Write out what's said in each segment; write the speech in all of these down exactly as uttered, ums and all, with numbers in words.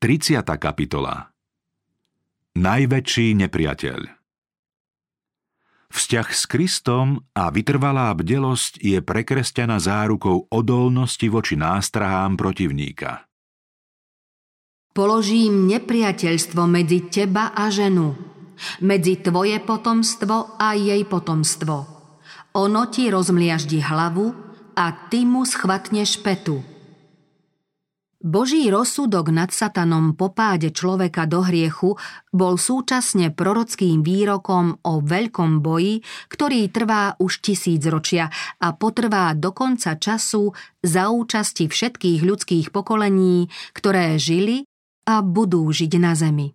tridsiata kapitola. Najväčší nepriateľ. Vzťah s Kristom a vytrvalá bdelosť je pre kresťana zárukou odolnosti voči nástrahám protivníka. Položím nepriateľstvo medzi teba a ženu, medzi tvoje potomstvo a jej potomstvo. Ono ti rozmliaždi hlavu a ty mu schvatneš petu. Boží rozsudok nad Satanom po páde človeka do hriechu bol súčasne prorockým výrokom o veľkom boji, ktorý trvá už tisícročia a potrvá do konca času za účasti všetkých ľudských pokolení, ktoré žili a budú žiť na zemi.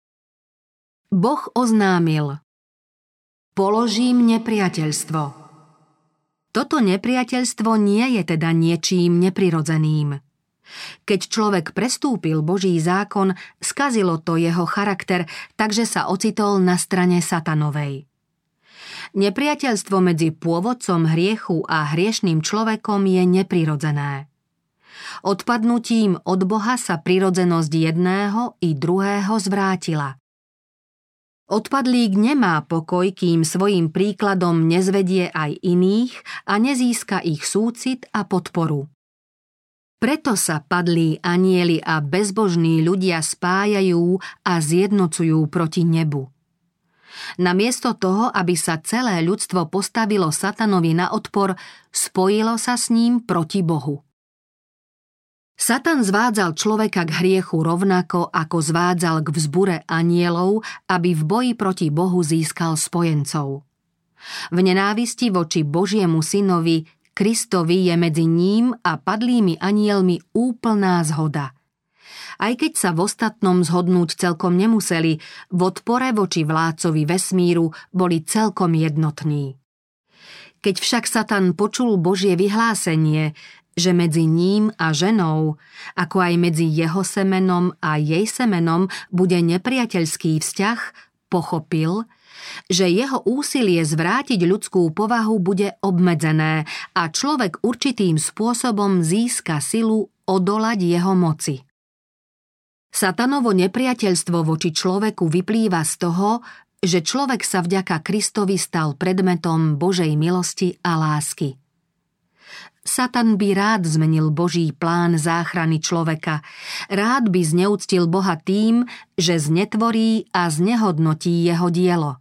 Boh oznámil: Položím nepriateľstvo. Toto nepriateľstvo nie je teda niečím neprirodzeným. Keď človek prestúpil Boží zákon, skazilo to jeho charakter, takže sa ocitol na strane satanovej. Nepriateľstvo medzi pôvodcom hriechu a hriešným človekom je neprirodzené. Odpadnutím od Boha sa prirodzenosť jedného i druhého zvrátila. Odpadlík nemá pokoj, kým svojím príkladom nezvedie aj iných a nezíska ich súcit a podporu. Preto sa padlí anjeli a bezbožní ľudia spájajú a zjednocujú proti nebu. Namiesto toho, aby sa celé ľudstvo postavilo Satanovi na odpor, spojilo sa s ním proti Bohu. Satan zvádzal človeka k hriechu rovnako, ako zvádzal k vzbure anjelov, aby v boji proti Bohu získal spojencov. V nenávisti voči Božiemu synovi Kristovi je medzi ním a padlými anjelmi úplná zhoda. Aj keď sa v ostatnom zhodnúť celkom nemuseli, v odpore voči vládcovi vesmíru boli celkom jednotní. Keď však Satan počul Božie vyhlásenie, že medzi ním a ženou, ako aj medzi jeho semenom a jej semenom bude nepriateľský vzťah, pochopil, že jeho úsilie zvrátiť ľudskú povahu bude obmedzené a človek určitým spôsobom získa silu odolať jeho moci. Satanovo nepriateľstvo voči človeku vyplýva z toho, že človek sa vďaka Kristovi stal predmetom Božej milosti a lásky. Satan by rád zmenil Boží plán záchrany človeka. Rád by zneúctil Boha tým, že znetvorí a znehodnotí jeho dielo.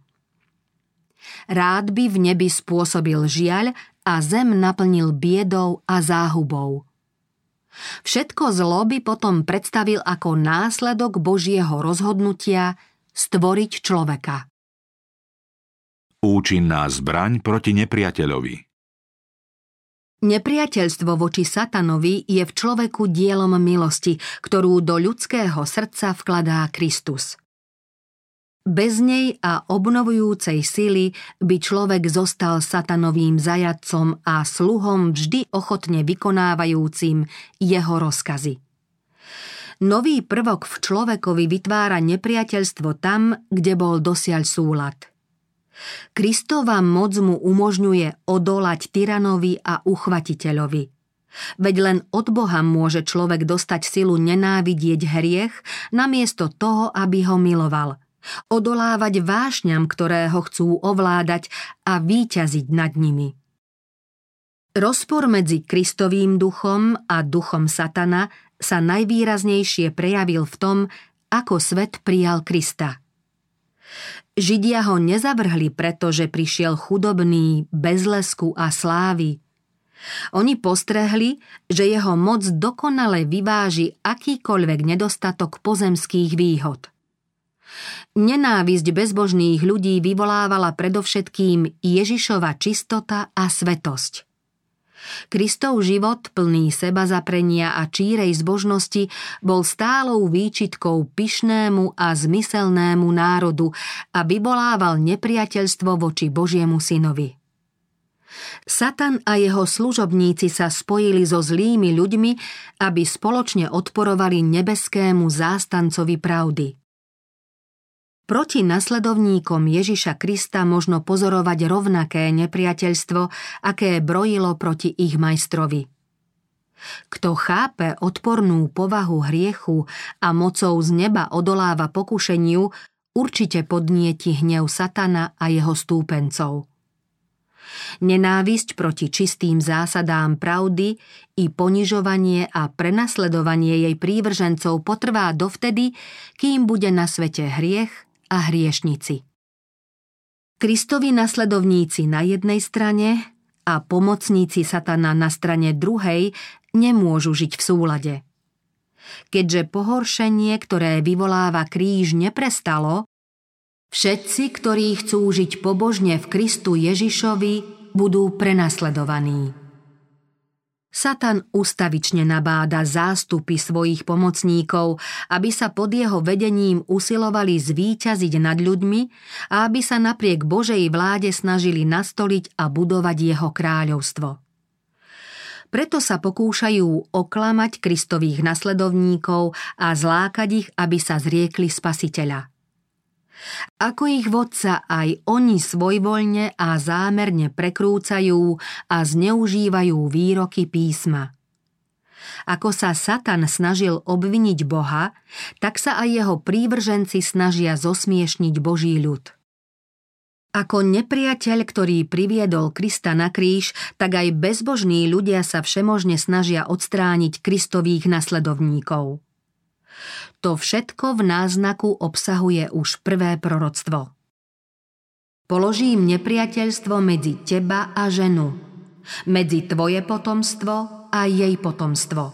Rád by v nebi spôsobil žiaľ a zem naplnil biedou a záhubou. Všetko zlo by potom predstavil ako následok Božieho rozhodnutia stvoriť človeka. Účinná zbraň proti nepriateľovi. Nepriateľstvo voči Satanovi je v človeku dielom milosti, ktorú do ľudského srdca vkladá Kristus. Bez nej a obnovujúcej sily by človek zostal Satanovým zajatcom a sluhom vždy ochotne vykonávajúcim jeho rozkazy. Nový prvok v človekovi vytvára nepriateľstvo tam, kde bol dosiaľ súlad. Kristova moc mu umožňuje odolať tyranovi a uchvatiteľovi. Veď len od Boha môže človek dostať silu nenávidieť hriech, namiesto toho, aby ho miloval. Odolávať vášňam, ktoré ho chcú ovládať a víťaziť nad nimi. Rozpor medzi Kristovým duchom a duchom Satana sa najvýraznejšie prejavil v tom, ako svet prijal Krista. Židia ho nezavrhli, pretože prišiel chudobný, bez lesku a slávy. Oni postrehli, že jeho moc dokonale vyváži akýkoľvek nedostatok pozemských výhod. Nenávisť bezbožných ľudí vyvolávala predovšetkým Ježišova čistota a svetosť. Kristov život, plný sebazaprenia a čírej zbožnosti, bol stálou výčitkou pyšnému a zmyselnému národu a vyvolával nepriateľstvo voči Božiemu synovi. Satan a jeho služobníci sa spojili so zlými ľuďmi, aby spoločne odporovali nebeskému zástancovi pravdy. Proti nasledovníkom Ježiša Krista možno pozorovať rovnaké nepriateľstvo, aké brojilo proti ich majstrovi. Kto chápe odpornú povahu hriechu a mocou z neba odoláva pokušeniu, určite podnieti hnev satana a jeho stúpencov. Nenávisť proti čistým zásadám pravdy i ponižovanie a prenasledovanie jej prívržencov potrvá dovtedy, kým bude na svete hriech a hriešnici. Kristovi nasledovníci na jednej strane a pomocníci satana na strane druhej nemôžu žiť v súlade. Keďže pohoršenie, ktoré vyvoláva kríž, neprestalo, všetci, ktorí chcú žiť pobožne v Kristu Ježišovi, budú prenasledovaní. Satan ustavične nabáda zástupy svojich pomocníkov, aby sa pod jeho vedením usilovali zvíťaziť nad ľuďmi a aby sa napriek Božej vláde snažili nastoliť a budovať jeho kráľovstvo. Preto sa pokúšajú oklamať Kristových nasledovníkov a zlákať ich, aby sa zriekli Spasiteľa. Ako ich vodca, aj oni svojvoľne a zámerne prekrúcajú a zneužívajú výroky písma. Ako sa Satan snažil obviniť Boha, tak sa aj jeho prívrženci snažia zosmiešniť Boží ľud. Ako nepriateľ, ktorý priviedol Krista na kríž, tak aj bezbožní ľudia sa všemožne snažia odstrániť Kristových nasledovníkov. To všetko v náznaku obsahuje už prvé proroctvo. Položím nepriateľstvo medzi teba a ženu, medzi tvoje potomstvo a jej potomstvo.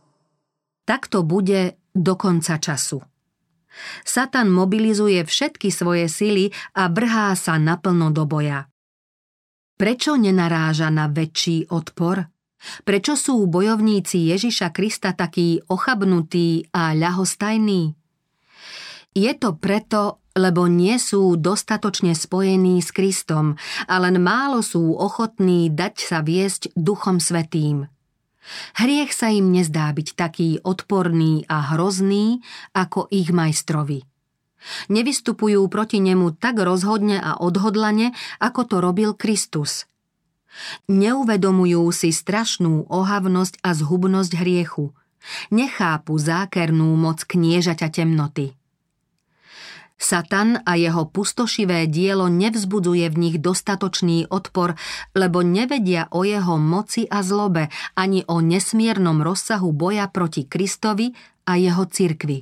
Tak to bude do konca času. Satan mobilizuje všetky svoje sily a vrhá sa naplno do boja. Prečo nenaráža na väčší odpor? Prečo sú bojovníci Ježiša Krista takí ochabnutí a ľahostajní? Je to preto, lebo nie sú dostatočne spojení s Kristom a len málo sú ochotní dať sa viesť Duchom Svätým. Hriech sa im nezdá byť taký odporný a hrozný ako ich majstrovi. Nevystupujú proti nemu tak rozhodne a odhodlane, ako to robil Kristus. Neuvedomujú si strašnú ohavnosť a zhubnosť hriechu. Nechápu zákernú moc kniežaťa temnoty. Satan a jeho pustošivé dielo nevzbudzuje v nich dostatočný odpor, lebo nevedia o jeho moci a zlobe ani o nesmiernom rozsahu boja proti Kristovi a jeho cirkvi.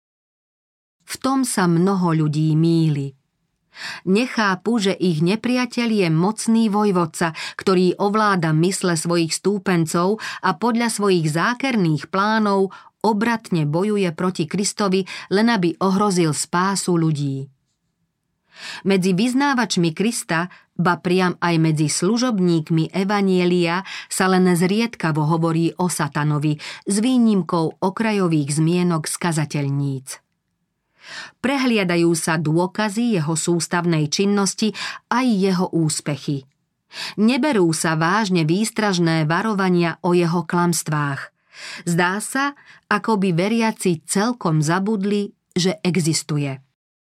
V tom sa mnoho ľudí mýli. Nechápu, že ich nepriateľ je mocný vojvodca, ktorý ovláda mysle svojich stúpencov a podľa svojich zákerných plánov obratne bojuje proti Kristovi, len aby ohrozil spásu ľudí. Medzi vyznávačmi Krista, ba priam aj medzi služobníkmi Evanielia sa len zriedkavo hovorí o Satanovi, s výnimkou okrajových zmienok z kazateľníc. Prehliadajú sa dôkazy jeho sústavnej činnosti aj jeho úspechy. Neberú sa vážne výstražné varovania o jeho klamstvách. Zdá sa, ako by veriaci celkom zabudli, že existuje.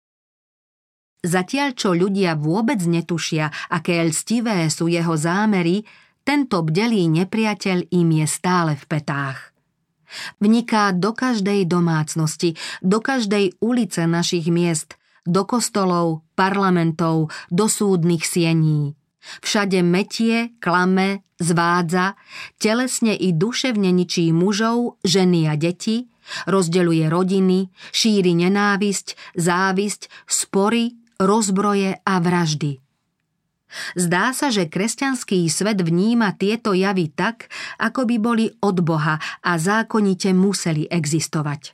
Zatiaľ, čo ľudia vôbec netušia, aké lstivé sú jeho zámery, tento bdelý nepriateľ im je stále v petách. Vniká do každej domácnosti, do každej ulice našich miest, do kostolov, parlamentov, do súdnych siení. Všade metie, klame, zvádza, telesne i duševne ničí mužov, ženy a deti, rozdeľuje rodiny, šíri nenávisť, závisť, spory, rozbroje a vraždy. Zdá sa, že kresťanský svet vníma tieto javy tak, ako by boli od Boha a zákonite museli existovať.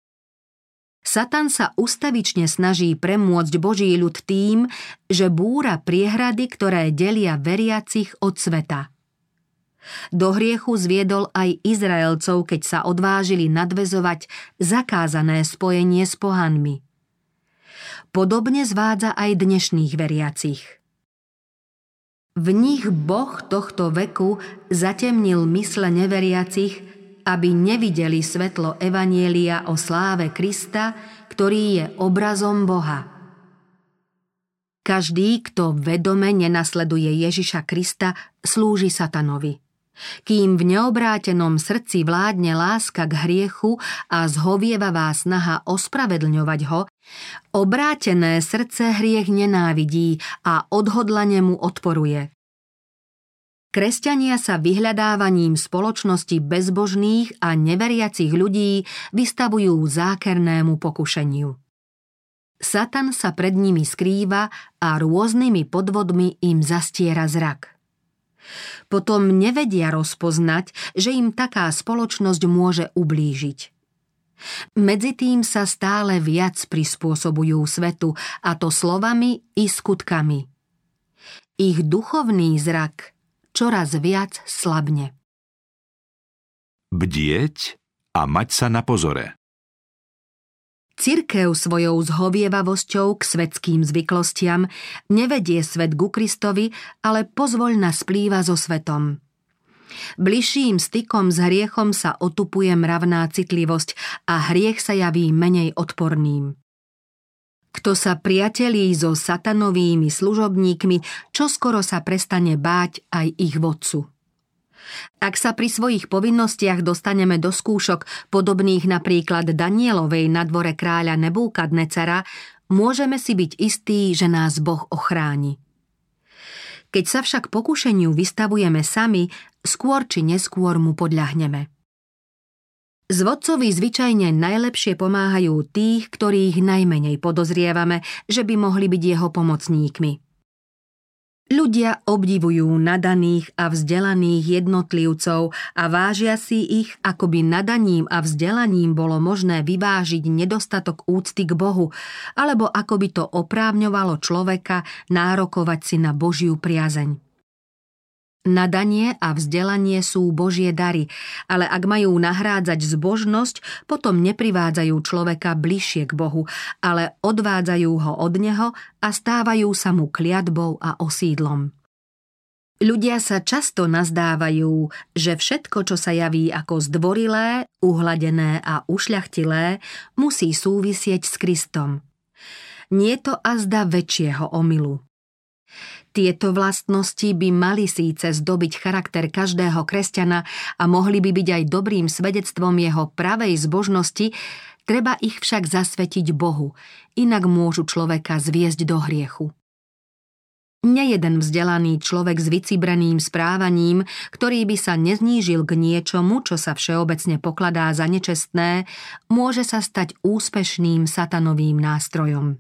Satan sa ustavične snaží premôcť Boží ľud tým, že búra priehrady, ktoré delia veriacich od sveta. Do hriechu zviedol aj Izraelcov, keď sa odvážili nadväzovať zakázané spojenie s pohanmi. Podobne zvádza aj dnešných veriacich. V nich Boh tohto veku zatemnil mysle neveriacich, aby nevideli svetlo Evanielia o sláve Krista, ktorý je obrazom Boha. Každý, kto vedome nenasleduje Ježiša Krista, slúži Satanovi. Kým v neobrátenom srdci vládne láska k hriechu a zhovievavá snaha ospravedlňovať ho, obrátené srdce hriech nenávidí a odhodlane mu odporuje. Kresťania sa vyhľadávaním spoločnosti bezbožných a neveriacich ľudí vystavujú zákernému pokušeniu. Satan sa pred nimi skrýva a rôznymi podvodmi im zastiera zrak. Potom nevedia rozpoznať, že im taká spoločnosť môže ublížiť. Medzi tým sa stále viac prispôsobujú svetu, a to slovami i skutkami. Ich duchovný zrak čoraz viac slabne. Bdieť a mať sa na pozore. Cirkev svojou zhovievavosťou k svetským zvyklostiam nevedie svet ku Kristovi, ale pozvoľna splýva so svetom. Bližším stykom s hriechom sa otupuje mravná citlivosť a hriech sa javí menej odporným. Kto sa priatelí so satanovými služobníkmi, čoskoro sa prestane báť aj ich vodcu. Ak sa pri svojich povinnostiach dostaneme do skúšok podobných napríklad Danielovej na dvore kráľa Nebúkadnecera, môžeme si byť istí, že nás Boh ochráni. Keď sa však pokušeniu vystavujeme sami, skôr či neskôr mu podľahneme. Zvodcovi zvyčajne najlepšie pomáhajú tých, ktorých najmenej podozrievame, že by mohli byť jeho pomocníkmi. Ľudia obdivujú nadaných a vzdelaných jednotlivcov a vážia si ich, ako by nadaním a vzdelaním bolo možné vyvážiť nedostatok úcty k Bohu, alebo ako by to oprávňovalo človeka nárokovať si na Božiu priazeň. Nadanie a vzdelanie sú Božie dary, ale ak majú nahrádzať zbožnosť, potom neprivádzajú človeka bližšie k Bohu, ale odvádzajú ho od neho a stávajú sa mu kliatbou a osídlom. Ľudia sa často nazdávajú, že všetko, čo sa javí ako zdvorilé, uhladené a ušľachtilé, musí súvisieť s Kristom. Nie to azda väčšieho omylu. Tieto vlastnosti by mali síce zdobiť charakter každého kresťana a mohli by byť aj dobrým svedectvom jeho pravej zbožnosti, treba ich však zasvetiť Bohu, inak môžu človeka zviesť do hriechu. Nejeden vzdelaný človek s vycibreným správaním, ktorý by sa neznížil k niečomu, čo sa všeobecne pokladá za nečestné, môže sa stať úspešným satanovým nástrojom.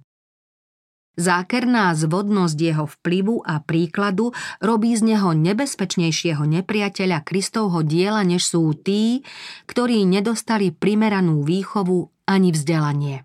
Zákerná zvodnosť jeho vplyvu a príkladu robí z neho nebezpečnejšieho nepriateľa Kristovho diela, než sú tí, ktorí nedostali primeranú výchovu ani vzdelanie.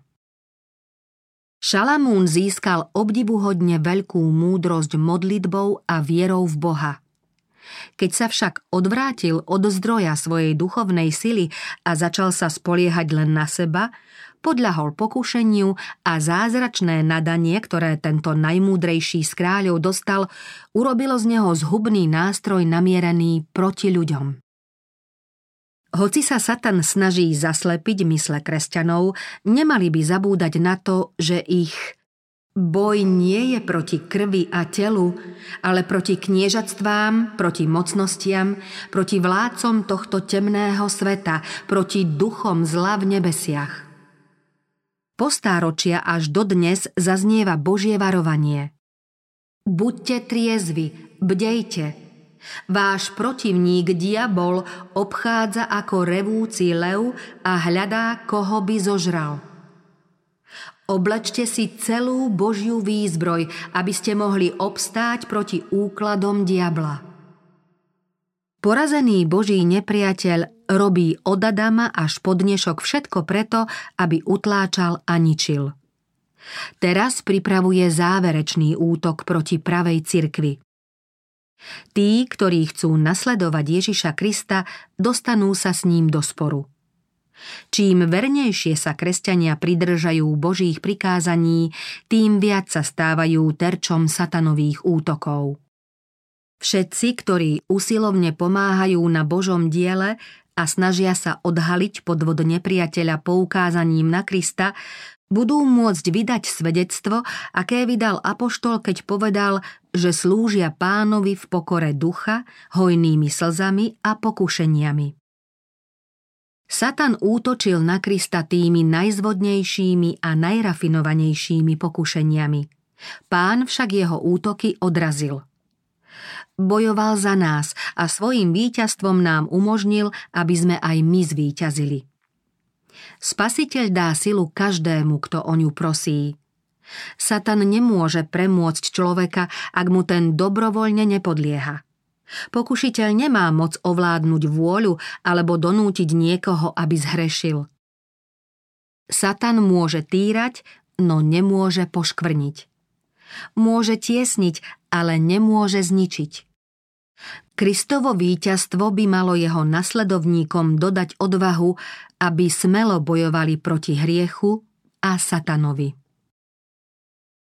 Šalamún získal obdivuhodne veľkú múdrosť modlitbou a vierou v Boha. Keď sa však odvrátil od zdroja svojej duchovnej sily a začal sa spoliehať len na seba, podľahol pokušeniu a zázračné nadanie, ktoré tento najmúdrejší z kráľov dostal, urobilo z neho zhubný nástroj namierený proti ľuďom. Hoci sa Satan snaží zaslepiť mysle kresťanov, nemali by zabúdať na to, že ich boj nie je proti krvi a telu, ale proti kniežatstvám, proti mocnostiam, proti vládcom tohto temného sveta, proti duchom zla v nebesiach. Po stáročia až dodnes zaznieva Božie varovanie. Buďte triezvi, bdejte. Váš protivník diabol obchádza ako revúci lev a hľadá, koho by zožral. Oblečte si celú Božiu výzbroj, aby ste mohli obstáť proti úkladom diabla. Porazený Boží nepriateľ robí od Adama až po dnešok všetko preto, aby utláčal a ničil. Teraz pripravuje záverečný útok proti pravej cirkvi. Tí, ktorí chcú nasledovať Ježiša Krista, dostanú sa s ním do sporu. Čím vernejšie sa kresťania pridržajú Božích prikázaní, tým viac sa stávajú terčom satanových útokov. Všetci, ktorí usilovne pomáhajú na Božom diele a snažia sa odhaliť podvod nepriateľa poukázaním na Krista, budú môcť vydať svedectvo, aké vydal apoštol, keď povedal, že slúžia Pánovi v pokore ducha, hojnými slzami a pokušeniami. Satan útočil na Krista tými najzvodnejšími a najrafinovanejšími pokušeniami. Pán však jeho útoky odrazil. Bojoval za nás a svojím víťazstvom nám umožnil, aby sme aj my zvíťazili. Spasiteľ dá silu každému, kto o ňu prosí. Satan nemôže premôcť človeka, ak mu ten dobrovoľne nepodlieha. Pokušiteľ nemá moc ovládnuť vôľu alebo donútiť niekoho, aby zhrešil. Satan môže týrať, no nemôže poškvrniť. Môže tiesniť, ale nemôže zničiť. Kristovo víťazstvo by malo jeho nasledovníkom dodať odvahu, aby smelo bojovali proti hriechu a Satanovi.